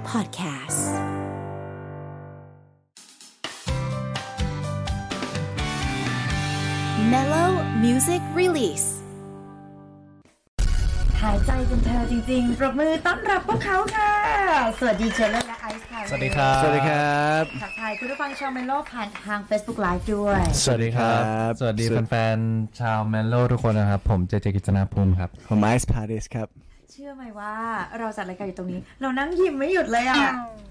Podcast Mellow Music Release หายใจเป็นเธอจริงๆปรบมือต้อนรับพวกเขาค่ะสวัสดีเชลเลอร์และไอซ์ค่ะสวัสดีครับสวัสดีครับทักทายคุณผู้ฟังชาวเมโลผ่านทาง Facebook Live ด้วยสวัสดีครับสวัสดีแฟนๆชาวเมโลทุกคนนะครับผมเจกิจนาภูมิครับผมไอซ์พาเดสครับเชื่อไหมว่าเราจัดรายการอยู่ตรงนี้เรานั่งยิ้มไม่หยุดเลยอ่ะ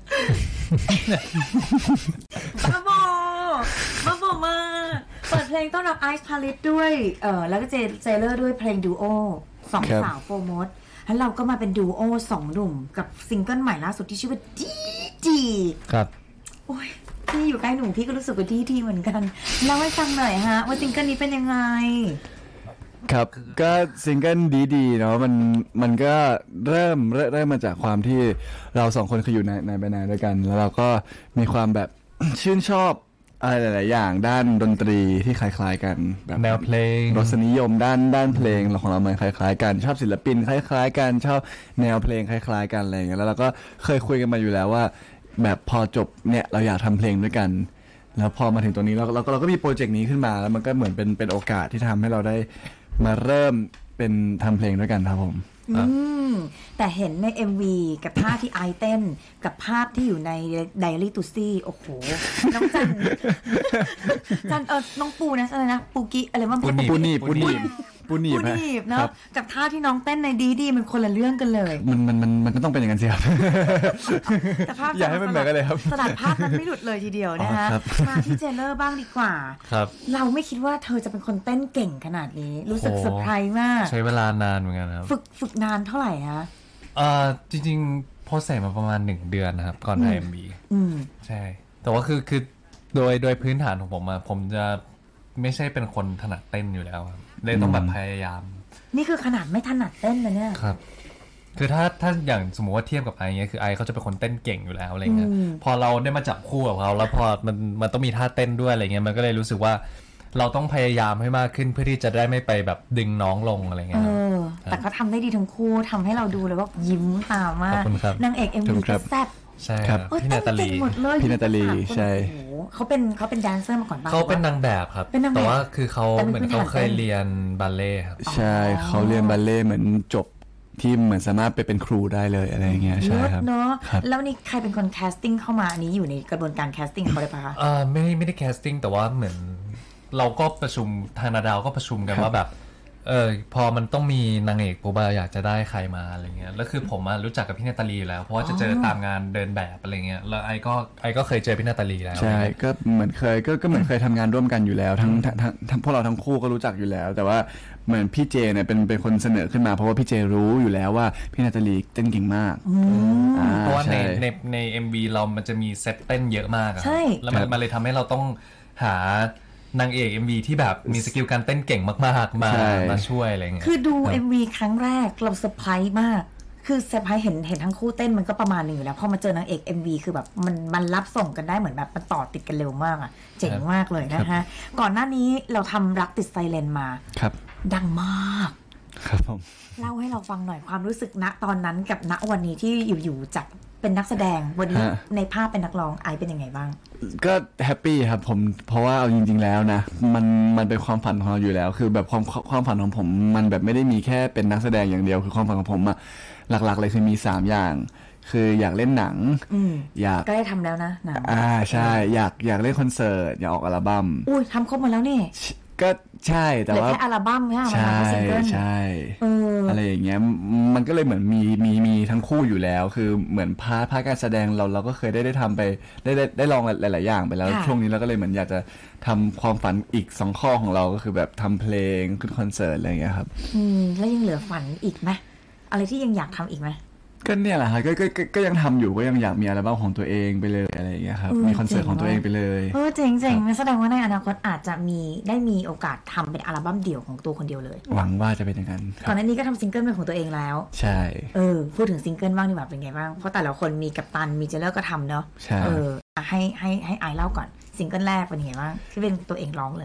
บ้าบอมาเปิดเพลงต้อนรับไอซ์พาเลตด้วยแล้วก็เจเลอร์ด้วยเพลงดูโอสองสาวโฟร์มดแล้วเราก็มาเป็นดูโอสองหนุ่มกับซิงเกิลใหม่ล่าสุดที่ชื่อว่าดีครับโอ้ยพี่อยู่ใกล้หนูพี่ก็รู้สึกว่าดีเหมือนกันเล่าให้ฟังหน่อยฮะว่าซิงเกิลนี้เป็นยังไงครับก็ซิงเกิลดีๆเนาะมันก็เริ่มมาจากความที่เราสองคนเคยอยู่ในแบรนด์ด้วยกันแล้วเราก็มีความแบบ ชื่นชอบอะไรหลายๆอย่างด้านดนตรีที่คล้ายๆกันแบบแนวเพลงรสนิยมด้านเพลงของเราเหมือนคล้ายๆกันชอบศิลปินคล้ายๆกันชอบแนวเพลงคล้ายๆกันอะไรอย่างเงี้ยแล้วเราก็เคยคุยกันมาอยู่แล้วว่าแบบพอจบเนี่ยเราอยากทำเพลงด้วยกันแล้วพอมาถึงตรงนี้เราก็มีโปรเจกต์นี้ขึ้นมาแล้วมันก็เหมือนเป็นโอกาสที่ทำให้เราได้มาเริ่มเป็นทำเพลงด้วยกันครับผมแต่เห็นใน MV กับท่าที่ไอเต้นกับภาพที่อยู่ใน Diary to See โอ้โหน้องจันน้องปูนะอะไรนะปูกิอะไรว่าปูนีบเนาะกับท่าที่น้องเต้นในดีมันคนละเรื่องกันเลยมันก็ต้องเป็นอย่างนั้นสิครับแต่ภาพอยากให้มันเหมือนกันเลยครับสลัดภาพนั้นไม่หลุดเลยทีเดียวนะคะมาที่เจเลอร์บ้างดีกว่าเราไม่คิดว่าเธอจะเป็นคนเต้นเก่งขนาดนี้รู้สึกเซอร์ไพรส์มากใช้เวลานานเหมือนกันครับฝึกนานเท่าไหร่คะจริงๆโปรเซสมาประมาณ1 เดือนนะครับก่อนถ่าย MV ใช่แต่ว่าคือโดยพื้นฐานของผมจะไม่ใช่เป็นคนถนัดเต้นอยู่แล้วเลยต้องแบบพยายามนี่คือขนาดไม่ถนัดเต้นเลยเนี่ยครับคือถ้าอย่างสมมติว่าเทียบกับไอเงี้ยคือไอเขาจะเป็นคนเต้นเก่งอยู่แล้วอะไรเงี้ยพอเราได้มาจับคู่กับเขาแล้วพอมันต้องมีท่าเต้นด้วยอะไรเงี้ยมันก็เลยรู้สึกว่าเราต้องพยายามให้มากขึ้นเพื่อที่จะได้ไม่ไปแบบดึงน้องลงอะไรเงี้ยแต่เขาทำได้ดีทั้งคู่ทำให้เราดูเลยว่ายิ้มตามมากนางเอก MV ก็แซ่บใช่ครับพี่นาตาลีใช่เขาเป็นแดนเซอร์มาก่อนป่ะเขาเป็นนางแบบครับแต่ว่าคือเขาเหมือนเขาเคยเรียนบัลเล่ครับใช่เขาเรียนบัลเล่เหมือนจบที่เหมือนสามารถไปเป็นครูได้เลยอะไรอย่างเงี้ยใช่ครับเนาะแล้วนี่ใครเป็นคนแคสติ้งเข้ามาอันนี้อยู่ในกระบวนการแคสติ้งเขาได้ปะคะไม่ได้แคสติ้งแต่ว่าเหมือนเราก็ประชุมทางนาดาวก็ประชุมกันว่าแบบพอมันต้องมีนางเอกปุ๊บอยากจะได้ใครมาอะไรเงี้ยแล้วคือผมรู้จักกับพี่นาตาลีอยู่แล้วเพราะว่าจะเจอตามงานเดินแบบอะไรเงี้ยแล้วไอก็เคยเจอพี่นาตาลีแล้วใช่ก็เหมือนเคยทำงานร่วมกันอยู่แล้วทั้งพวกเราทั้งคู่ก็รู้จักอยู่แล้วแต่ว่าเหมือนพี่เจเนี่ยเป็นคนเสนอขึ้นมาเพราะว่าพี่เจรู้อยู่แล้วว่าพี่นาตาลีเต้นเก่งมากเพราะว่าใน MV เรามันจะมีเซตเต้นเยอะมากแล้วมันเลยทำให้เราต้องหานางเอก MV ที่แบบมีสกิลการเต้นเก่งมากๆมาช่วยอะไรเงี้ยคือดู MV ครั้งแรกเราเซอร์ไพรส์มากคือเซอร์ไพรส์เห็นทั้งคู่เต้นมันก็ประมาณนึงอยู่แล้วพอมาเจอนางเอก MV คือแบบมันรับส่งกันได้เหมือนแบบมันต่อติดกันเร็วมากอ่ะเจ๋งมากเลยนะคะก่อนหน้านี้เราทำรักติดไซเลนมาครับดังมากครับผมเล่าให้เราฟังหน่อยความรู้สึกณตอนนั้นกับณวันนี้ที่อยู่ๆจากเป็นนักแสดงวันนี้ในภาพเป็นนักร้องไอเป็นยังไงบ้างก็แฮปปี้ครับผมเพราะว่าเอาจริงๆแล้วนะมันเป็นความฝันของเราอยู่แล้วคือแบบความฝันของผมมันแบบไม่ได้มีแค่เป็นนักแสดงอย่างเดียวคือความฝันของผมอะหลักๆเลยคือมี3อย่างคืออยากเล่นหนังอยากก็ได้ทำแล้วนะหนังใช่อยากเล่นคอนเสิร์ตอยากออกอัลบั้มอุ้ยทำครบหมดแล้วนี่ก็ใช่แต่ว่าแค่อัลบั้มเนี่ยมันมาซิงเกิลใช่อะไรอย่างเงี้ยมันก็เลยเหมือนมีทั้งคู่อยู่แล้วคือเหมือนพาร์ทการแสดงเราก็เคยได้ทำไปได้ลองหลายๆอย่างไปแล้วช่วงนี้เราก็เลยเหมือนอยากจะทำความฝันอีก2ข้อของเราก็คือแบบทำเพลงขึ้นคอนเสิร์ตอะไรอย่างเงี้ยครับแล้วยังเหลือฝันอีกไหมอะไรที่ยังอยากทำอีกไหมก็เนี่ยแหละครับก็ยังทำอยู่ก็ยังอยากมีอัลบั้มของตัวเองไปเลยอะไรอย่างเงี้ยครับมีคอนเสิร์ตของตัวเองไปเลยเจ๋งๆแสดงว่าในอนาคตอาจจะได้มีโอกาสทำเป็นอัลบั้มเดี่ยวของตัวคนเดียวเลยหวังว่าจะเป็นอย่างนั้นก่อนหน้านี้ก็ทำซิงเกิลเป็นของตัวเองแล้วใช่พูดถึงซิงเกิลบ้างดีกว่าเป็นไงบ้างเพราะแต่ละคนมีกัปตันมีเจเลอร์ก็ทำเนาะใช่ให้ไอเล่าก่อนซิงเกิลแรกเป็นไงบ้างที่เป็นตัวเองร้องเลย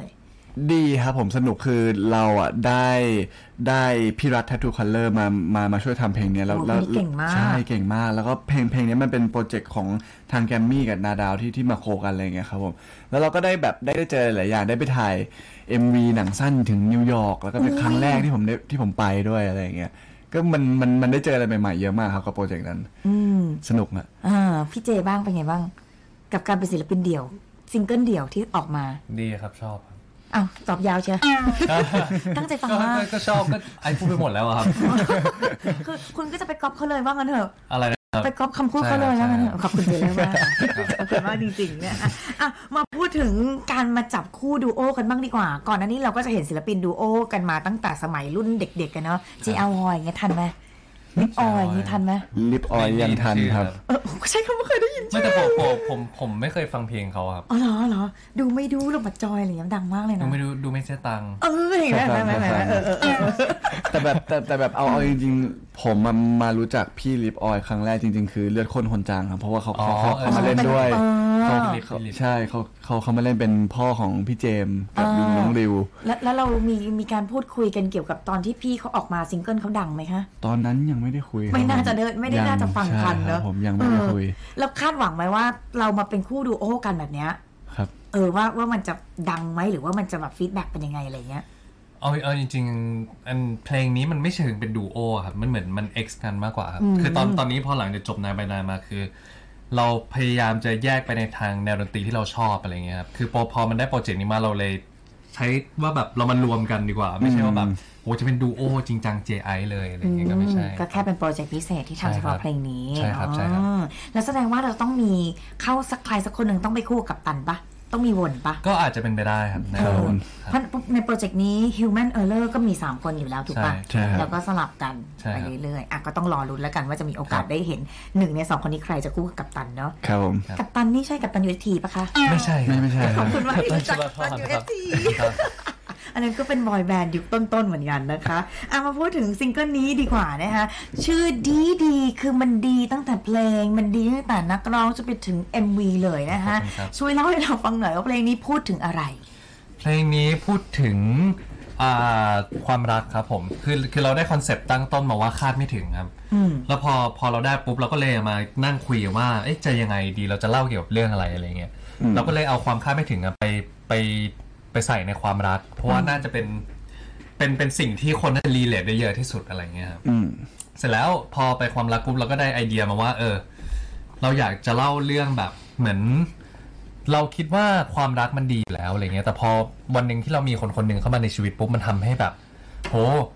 ดีครับผมสนุกคือเราอ่ะได้พี่รัฐ Tattoo Color มาช่วยทำเพลงเนี้ยแล้วเก่งมากใช่เก่งมากแล้วก็เพลงนี้มันเป็นโปรเจกต์ของทางแกรมมี่กับนาดาวที่มาโคกันอะไรเงี้ยครับผมแล้วเราก็ได้แบบได้เจอหลายอย่างได้ไปถ่าย MV หนังสั้นถึงนิวยอร์กแล้วก็เป็นครั้งแรกที่ผมไปด้วยอะไรเงี้ยก็มันได้เจออะไรใหม่ๆเยอะมากครับกับโปรเจกต์นั้นสนุกอ่ะพี่เจบ้างเป็นไงบ้างกับการเป็นศิลปินเดี่ยวซิงเกิลเดี่ยวที่ออกมาดีครับชอบอ้าวตอบยาวเชียวตั้งใจฟังมากก็ชอบก็ไอพูดไปหมดแล้วครับคือคุณก็จะไปก๊อปเขาเลยว่างั้นเถอะอะไรไปก๊อปคำพูดเขาเลยว่างั้นเถอะขอบคุณเจเลยมากขอบคุณมากจริงๆเนี่ยมาพูดถึงการมาจับคู่ดูโอกันบ้างดีกว่าก่อนหน้านี้เราก็จะเห็นศิลปินดูโอกันมาตั้งแต่สมัยรุ่นเด็กๆกันเนาะ JL อย่างเงี้ยทันไหมลิปออยนี่ทันไหมลิปออยยังทันครับใช่เขาไม่เคยได้ยินไม่แต่ผมไม่เคยฟังเพลงเขาครับอ๋อเหรอดูไม่ดูลงมาจอยอะไรอย่างเงี้ยดังมากเลยนะดูไม่เสียตังค์เห็นไหมแต่แบบเอาจริงๆผมมารู้จักพี่ลิปออยครั้งแรกจริงๆคือเลือดข้นคนจางครับเพราะว่าเขามาเล่นด้วยใช่เขามาเล่นเป็นพ่อของพี่เจมกับน้องริวแล้วเรามีการพูดคุยกันเกี่ยวกับตอนที่พี่เขาออกมาซิงเกิลเขาดังไหมคะตอนนั้นยังไม่ได้คุยไม่น่าจะไม่ได้น่าจะฟังกันเนอะผมยังไม่ได้คุยแล้วคาดหวังไหมว่าเรามาเป็นคู่ดูโอกันแบบเนี้ยครับว่ามันจะดังไหมหรือว่ามันจะแบบฟีดแบ็กเป็นยังไงอะไรเงี้ยเอาจริงๆอันเพลงนี้มันไม่เชิงเป็นดูโอครับมันเหมือนมัน X กันมากกว่าครับคือตอนนี้พอหลังจากจบนายไปนายมาคือเราพยายามจะแยกไปในทางแนวดนตรีที่เราชอบอะไรเงี้ยครับคือพอมันได้โปรเจกต์นี้มาเราเลยใช้ว่าแบบเรามารวมกันดีกว่าไม่ใช่ว่าแบบโอ้จะเป็นดูโอจริงจัง JI เลยอะไรเงี้ยก็ไม่ใช่ก็แค่เป็นโปรเจกต์พิเศษที่ทำเฉพาะเพลงนี้ใช่ครับใช่ครับแล้วแสดงว่าเราต้องมีเข้าสักใครสักคนหนึ่งต้องไปคู่กับตันปะต้องมีวนปะก็อาจจะเป็นไปได้ครับในโปรเจกต์นี้ Human Error ก็มี3คนอยู่แล้วถูกปะแล้วก็สลับกันไปเรื่อยๆก็ต้องรอลุ้นแล้วกันว่าจะมีโอกาสได้เห็น1ใน2คนนี้ใครจะคู่กับกัปตันเนาะครับผมกัปตันนี่ใช่กัปตัน UST ปะคะไม่ใช่ขอบคุณมากที่รู้จักกัปตัน UST อันนั้นก็เป็นบอยแบนด์ยุคต้นๆเหมือนกันนะคะมาพูดถึงซิงเกิลนี้ดีกว่านะคะชื่อดีคือมันดีตั้งแต่เพลงมันดีตั้งแต่นักร้องจะไปถึง MV เลยนะคะช่วยเล่าให้เราฟังหน่อยว่าเพลงนี้พูดถึงอะไรเพลงนี้พูดถึงความรักครับผมคือเราได้คอนเซปต์ตั้งต้นมาว่าคาดไม่ถึงครับแล้วพอเราได้ปุ๊บเราก็เลยมานั่งคุยว่าจะยังไงดีเราจะเล่าเกี่ยวกับเรื่องอะไรเงี้ยเราก็เลยเอาความคาดไม่ถึงไปใส่ในความรักเพราะว่าน่าจะเป็นสิ่งที่คนน่าจะรีเลทได้เยอะที่สุดอะไรเงี้ยครับเสร็จแล้วพอไปความรักปุ๊บเราก็ได้ไอเดียมาว่าเราอยากจะเล่าเรื่องแบบเหมือนเราคิดว่าความรักมันดีแล้วอะไรเงี้ยแต่พอวันหนึ่งที่เรามีคนหนึ่งเข้ามาในชีวิตปุ๊บมันทำให้แบบโห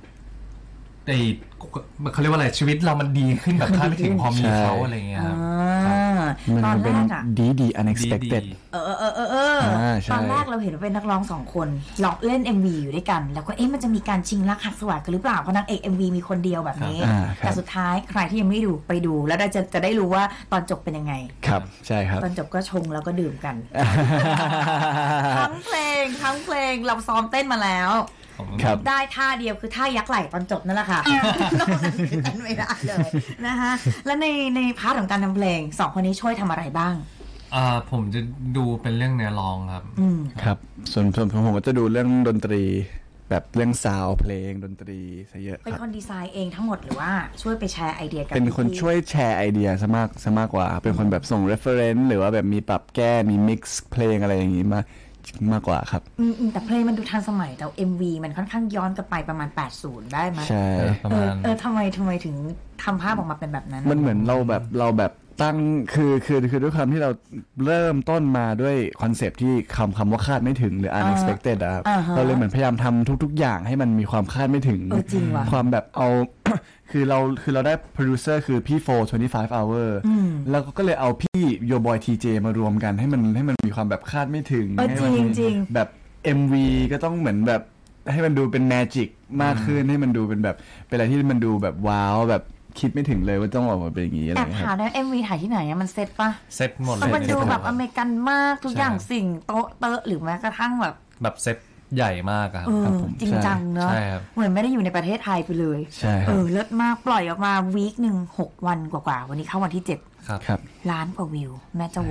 เขาเรียกว่าอะไรชีวิตเรามันดีขึ้นแบบคาดไม่ถึงพอมีเขาอะไรเงี้ยครับมันเป็นดี unexpected ตอนแรกเราเห็นว่าเป็นนักร้อง2คนร้องเล่น MV อยู่ด้วยกันแล้วก็มันจะมีการชิงรักหักสวัสดิ์กันหรือเปล่าเพราะนางเอก MV มีคนเดียวแบบนี้แต่สุดท้ายใครที่ยังไม่ดูไปดูแล้วจะได้รู้ว่าตอนจบเป็นยังไงครับใช่ครับตอนจบก็ชงแล้วก็ดื่มกันทั้งเพลงเราซ้อมเต้นมาแล้วได้ท่าเดียวคือท่ายักไหล่ตอนจบนั่นแหละค่ะนอกนั้นเต้นไม่ได้เลยนะคะแล้วในพาร์ทของการทำเพลง2คนนี้ช่วยทำอะไรบ้างผมจะดูเป็นเรื่องเนื้อร้องครับครับส่วนผมก็จะดูเรื่องดนตรีแบบเรื่องซาวด์เพลงดนตรีซะเยอะเป็นคนดีไซน์เองทั้งหมดหรือว่าช่วยไปแชร์ไอเดียกันเป็นคนช่วยแชร์ไอเดียซะมากกว่าเป็นคนแบบส่ง reference หรือว่าแบบมีปรับแก้มี mix เพลงอะไรอย่างงี้มากกว่าครับแต่เพลงมันดูทันสมัยแต่ MV มันค่อนข้างย้อนกลับไปประมาณ80ได้ไหมใช่ประมาณทำไมถึงทำภาพออกมาเป็นแบบนั้นมันเหมือนเราแบบตั้งคือด้วยความที่เราเริ่มต้นมาด้วยคอนเซปต์ที่คำว่าคาดไม่ถึงหรือ unexpected ครับเราเลยเหมือนพยายามทำทุกอย่างให้มันมีความคาดไม่ถึงความแบบเอา คือเราได้โปรดิวเซอร์คือพี่โฟ25 hour แล้วก็เลยเอาพี่โยบอยทีเจมารวมกันให้มันมีความแบบคาดไม่ถึงจริงแบบ MV ก็ต้องเหมือนแบบให้มันดูเป็นแมจิกมากขึ้นให้มันดูเป็นแบบเป็นอะไรที่มันดูแบบว้าวแบบคิดไม่ถึงเลยว่าต้องออกมาเป็นอย่างนี้อะไรครับถามได้ MV ถ่ายที่ไหนมันเซตปะเซตหมดเลยมันดูแบบอเมริกันมากทุกอย่างสิ่งโต๊ะเตอะหรือแม้กระทั่งแบบเซตใหญ่มากครับจริงจังเนอะเหมือนไม่ได้อยู่ในประเทศไทยไปเลยเลิศมากปล่อยออกมาวีคหนึ่ง6 วันกว่าวันนี้เข้าวันที่7 ครับล้านกว่าวิวแม่จะโวย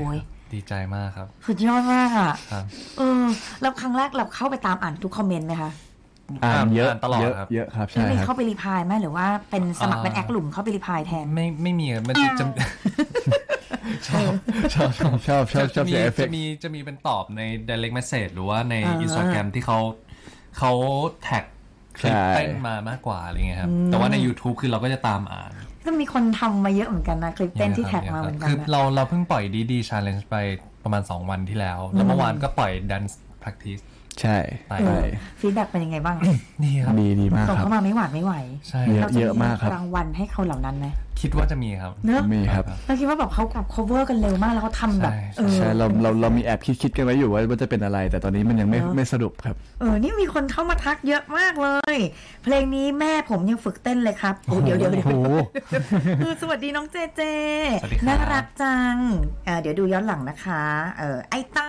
ดีใจมากครับสุดยอดมากอ่ะครับแล้วครั้งแรกเราเข้าไปตามอ่านทุกคอมเมนต์ไหมคะอ่านเยอะอ่านตลอดเยอะครับเยอะครับแล้วใช่มีครับเข้าไปรีพลายไหมหรือว่าเป็นสมัครเป็นแอคหลุมเข้าไปรีพลายแทนไม่มีอะมันจะชอบจะมีเสียงเอฟเฟกต์จะมีเป็นตอบใน direct message หรือว่าในอ่า Instagram ที่เขาแท็กคลิปเต้นมามากกว่าอะไรเงี้ยครับแต่ว่าใน YouTube คือเราก็จะตามอ่านก็มีคนทำมาเยอะเหมือนกันนะคลิปเต้นที่แท็กมาเหมือนกันคือนะเราเพิ่งปล่อยดีๆ challenge ไปประมาณ2 วันที่แล้ว แล้วเมื่อวานก็ปล่อย dance practice ใช่ไปฟีดแบ็กเป็นยังไงบ้างนี่ครับดีมากส่งครับเข้ามาไม่หวาดไม่ไหวใช่เยอะเราจะเยอะมากครับรางวัลให้เขาเหล่านั้นไหมคิดว่าจะมีครับเนอะมีครับเราคิดว่าแบบเขาcover กันเร็วมากแล้วเขาทำแบบใช่เรามีแอบคิดกันไว้อยู่ว่าจะเป็นอะไร แต่ตอนนี้มันยังไม่สรุปครับนี่มีคนเข้ามาทักเยอะมากเลย เพลงนี้แม่ผมยังฝึกเต้นเลยครับโอ้เดี๋ยวโอ้โหสวัสดีน้องเจเจสวัสดีครับน่ารักจังเดี๋ยวดูย้อนหลังนะคะไอ้เต้า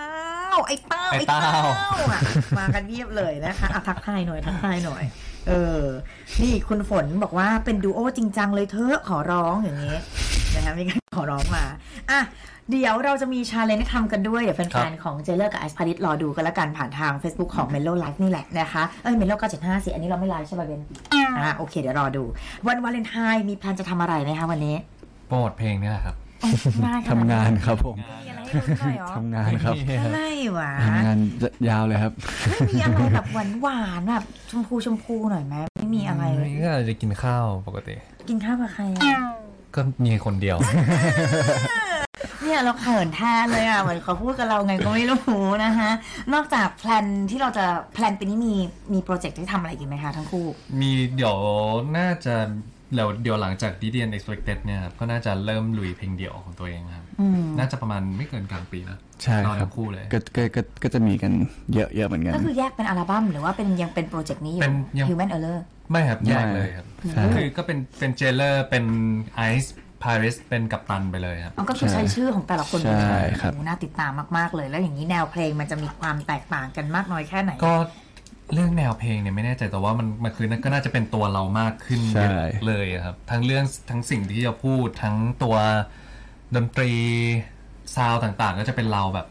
อ่ะมากันเยียบเลยนะคะทักทายหน่อยนี่คุณฝนบอกว่าเป็นดูโอจริงจังเลยเธอขอร้องอย่างนี้นะคะมีการขอร้องมาอ่ะเดี๋ยวเราจะมีชาเลนจ์ให้ทำกันด้วยเดี๋ยวแฟนๆของเจเลอร์กับไอซ์พาริสรอดูกันละกันผ่านทาง Facebook ของ Melo Live นี่แหละนะคะMelo 975สิอันนี้เราไม่ไลฟ์ใช่ป่ะเบนโอเคเดี๋ยวรอดูวันวาเลนไทน์มีแพลนจะทำอะไรไหมคะวันนี้โปรโมทเพลงนี่แหละครับทำงานครับผมมีอะไรให้รู้หน่อยเหรอทำงานครับอะไรวะทำงานยาวเลยครับไม่มีอะไรแบบหวานๆแบบชมพูหน่อยไหมไม่มีอะไรก็อาจจะกินข้าวปกติกินข้าวกับใครอ่ะก็มีคนเดียวเนี่ยเราเขินแท้เลยอ่ะเหมือนเขาพูดกับเราไงก็ไม่รู้นะคะนอกจากแพลนที่เราจะแพลนปีนี้มีโปรเจกต์ที่ทำอะไรอีกไหมคะทั้งคู่มีเดี๋ยวน่าจะเดี๋ยวหลังจาก DD Unexpected เนี่ยครับก็น่าจะเริ่มลุยเพลงเดี่ยวของตัวเองครับน่าจะประมาณไม่เกินกลางปีนะใช่ครับทั้งคู่เลยก็จะมีกันเยอะเหมือนกันก็คือแยกเป็นอัลบั้มหรือว่ายังเป็นโปรเจกต์นี้อยู่เป็นยัง Human Error ไม่ครับแยกเลยครับใช่คือก็เป็นเจเลอร์เป็นไอซ์พาริสเป็นกัปตันไปเลยครับก็คือใช้ชื่อของแต่ละคนใช่ครับน่าติดตามมากๆเลยแล้วอย่างนี้แนวเพลงมันจะมีความแตกต่างกันมากน้อยแค่ไหนก็เรื่องแนวเพลงเนี่ยไม่แน่ใจแต่ว่ามันคือก็น่าจะเป็นตัวเรามากขึ้นใช่เยอะเลยอะครับทั้งเรื่องทั้งสิ่งที่จะพูดทั้งตัวดนตรีซาวด์ต่างๆ ก็จะเป็นเราแบบ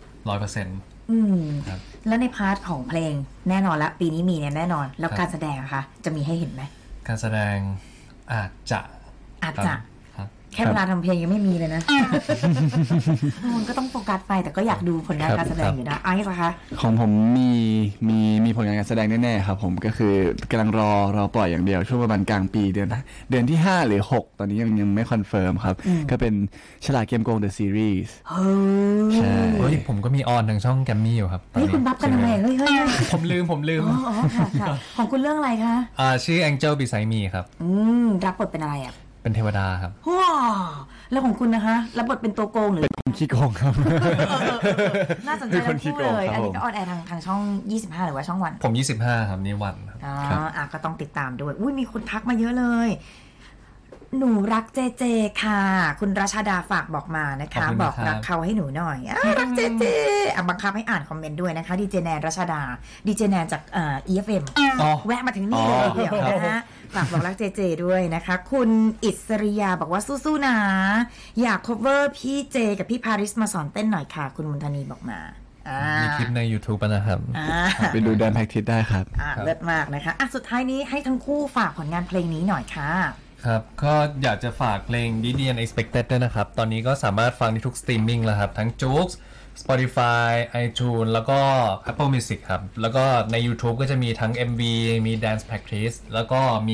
100%ครับแล้วในพาร์ทของเพลงแน่นอนละปีนี้มีเนี่ยแน่นอน แล้วการแสดงอะคะจะมีให้เห็นไหมการแสดงอาจจะครับครับแค่เวลาทำเพลงยังไม่มีเลยนะ มันก็ต้องโฟกัสไปแต่ก็อยากดูผลงานการแสดงอยู่นะไอซ์ล่ะคะของผมมีผลงานการแสดงแน่ๆครับผมก็คือกำลังรอปล่อยอย่างเดียวช่วงประมาณกลางปีเดือนที่ 5 หรือ 6 ตอนนี้ยังไม่คอนเฟิร์มครับก็เป็นฉลาดเกมโกง The Series ใช่เฮ้ยผมก็มีออนทางช่องแกมมี่อยู่ครับตอนเฮ้ยนี้คุณบัฟกันทำไมเฮ้ยผมลืมอ๋อค่ะของคุณเรื่องอะไรคะชื่อ Angel Beside Me ครับรับบทเป็นอะไรอ่ะเป็นเทวดาครับว้าแล้วของคุณนะคะรับบทเป็นตัวโกงหรือเป็นขี้โกงครับน่าสนใจเป็นคทั้นงขี้คู่โกงเลยครับอันนี้ผมก็ออนแอร์ทางช่อง 25 หรือว่าช่องวันผม 25 ครับนี่วันครับก็ต้องติดตามด้วยอุ้ยมีคนทักมาเยอะเลย หนูรักเจเจค่ะ คุณรัชดาฝากบอกมานะคะขอบคุณบอกนะครับรักเขาให้หนูหน่อยรักเจเจบังคับให้อ่านคอมเมนต์ด้วยนะคะดีเจแนนรัชดาดีเจแนนจากEFM อ๋อแวะมาถึงนี่เลยเดียวครับนะฮะฝากบอกรักเจเจด้วยนะคะ คุณอิสริยาบอกว่าสู้ๆนะอยาก cover พี่เจกับพี่พาริสมาสอนเต้นหน่อยค่ะ คุณมุนทนีบอกมามีคลิปใน YouTube นะครับไปดูแดนแพ็กทิสได้ครับเลิศมากนะคะสุดท้ายนี้ให้ทั้งคู่ฝากผลงานเพลงนี้หน่อยค่ะครับ ก็อยากจะฝากเพลง DD Unexpected ด้วยนะครับ ตอนนี้ก็สามารถฟังได้ทุกสตรีมมิ่งแล้วครับ ทั้ง Joox Spotify iTunes แล้วก็ Apple Music ครับ แล้วก็ใน YouTube ก็จะมีทั้ง MV มี Dance Practice แล้วก็มี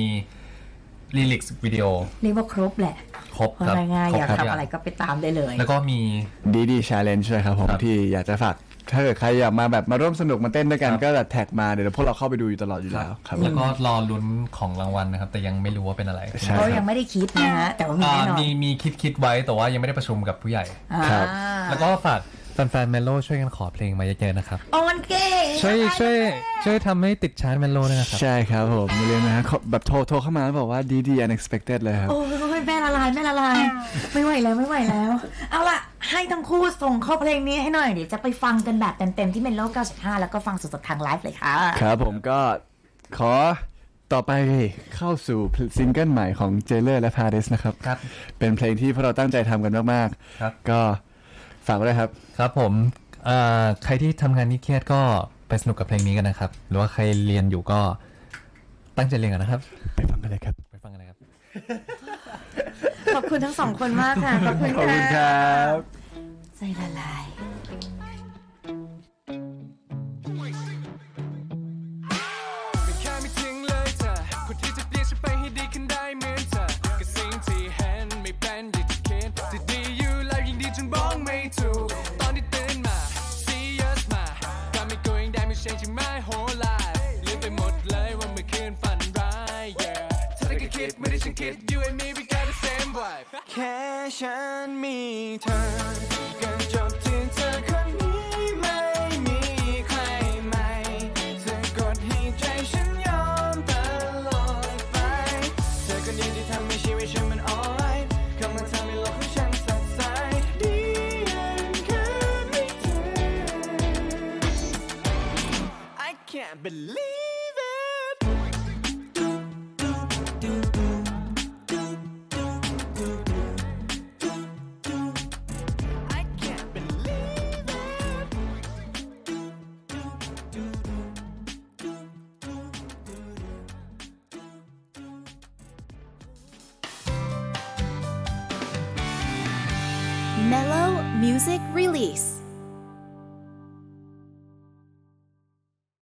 Lyrics วิดีโอเรียกว่าครบแหละครบครับง่ายๆอยากคบทำอะไรก็ไปตามได้เลยแล้วก็มีดีชาเลนจ์ด้วยครับผมครับที่อยากจะฝากถ้าเกิดใครอยากมาแบบมาร่วมสนุกมาเต้นด้วยกันครับก็แท็กมาเดี๋ยวพวกเราเข้าไปดูอยู่ตลอดอยู่แล้วครับแล้วก็รอลุ้นของรางวัลนะครับ แต่ยังไม่รู้ว่าเป็นอะไรใช่เขายังไม่ได้คิดนะฮะแต่ว่ามีแน่นอนมีคิดไว้แต่ว่ายังไม่ได้ประชุมกับผู้ใหญ่ครับแล้วก็ฝากแฟนๆเมโลช่วยกันขอเพลงมาเยอะๆนะครับโอ้มันเก่งช่วยทำให้ติดชาร์ตเมโลด้วยนะครับใช่ครับผมอย่าลืมนะฮะแบบโทรเข้ามาแล้วบอกว่าดี unexpected เลยครับโอ้ยแม่ละลายไม่ไหวแล้ว เอาล่ะให้ทั้งคู่ส่งเข้าเพลงนี้ให้หน่อยเดี๋ยวจะไปฟังกันแบบเต็มๆที่เมโล95แล้วก็ฟังสดๆทางไลฟ์เลยค่ะครับผมก็ขอต่อไปเข้าสู่ซิงเกิลใหม่ของเจเลอร์และพาริสนะครับครับเป็นเพลงที่พวกเราตั้งใจทำกันมากครับๆก็ฝฝากไว้เลยครับครับผมใครที่ทำงานนี่เครียดก็ไปสนุกกับเพลงนี้กันนะครับ หรือว่าใครเรียนอยู่ก็ตั้งใจเรียนกันนะครับไปฟังกันเลยครับไปฟังกันเลยครับขอบคุณทั้งสองคนมากค่ะ ขอบคุณขอบค่ะคุณครับใจละลายไม่แค่ไม่ทิ้งเลยเธอคนที่จะเปลี่ยนฉันไปให้ดีขึ้นได้เหมือนเธอก็สิ่งที่เห็นไม่เป็นอย่างที่คิดจะดีอยู่แล้วยิ่งดีจนบอกไม่ถูกตอนที่ตื่นมา see us มา got me going down me changing my whole life ลืมไปหมดเลยว่าเมื่อคืนฝันร้าย yeah เธอได้แค่คิดไม่ได้ฉันคิด you and me we got the same vibe แค่ฉันมีเธอก็จบที่เธอคนนี้ไม่มีใครใหม่เธอกดให้ใจฉันยอมตลอดไปเธอคนเดียวที่ทำให้ชีวิตฉันมัน alright เข้ามาทำให้โลกของฉันสดใสดีอย่างแค่มีเธอ I can't believe it I can't believe it Mellow Music Release.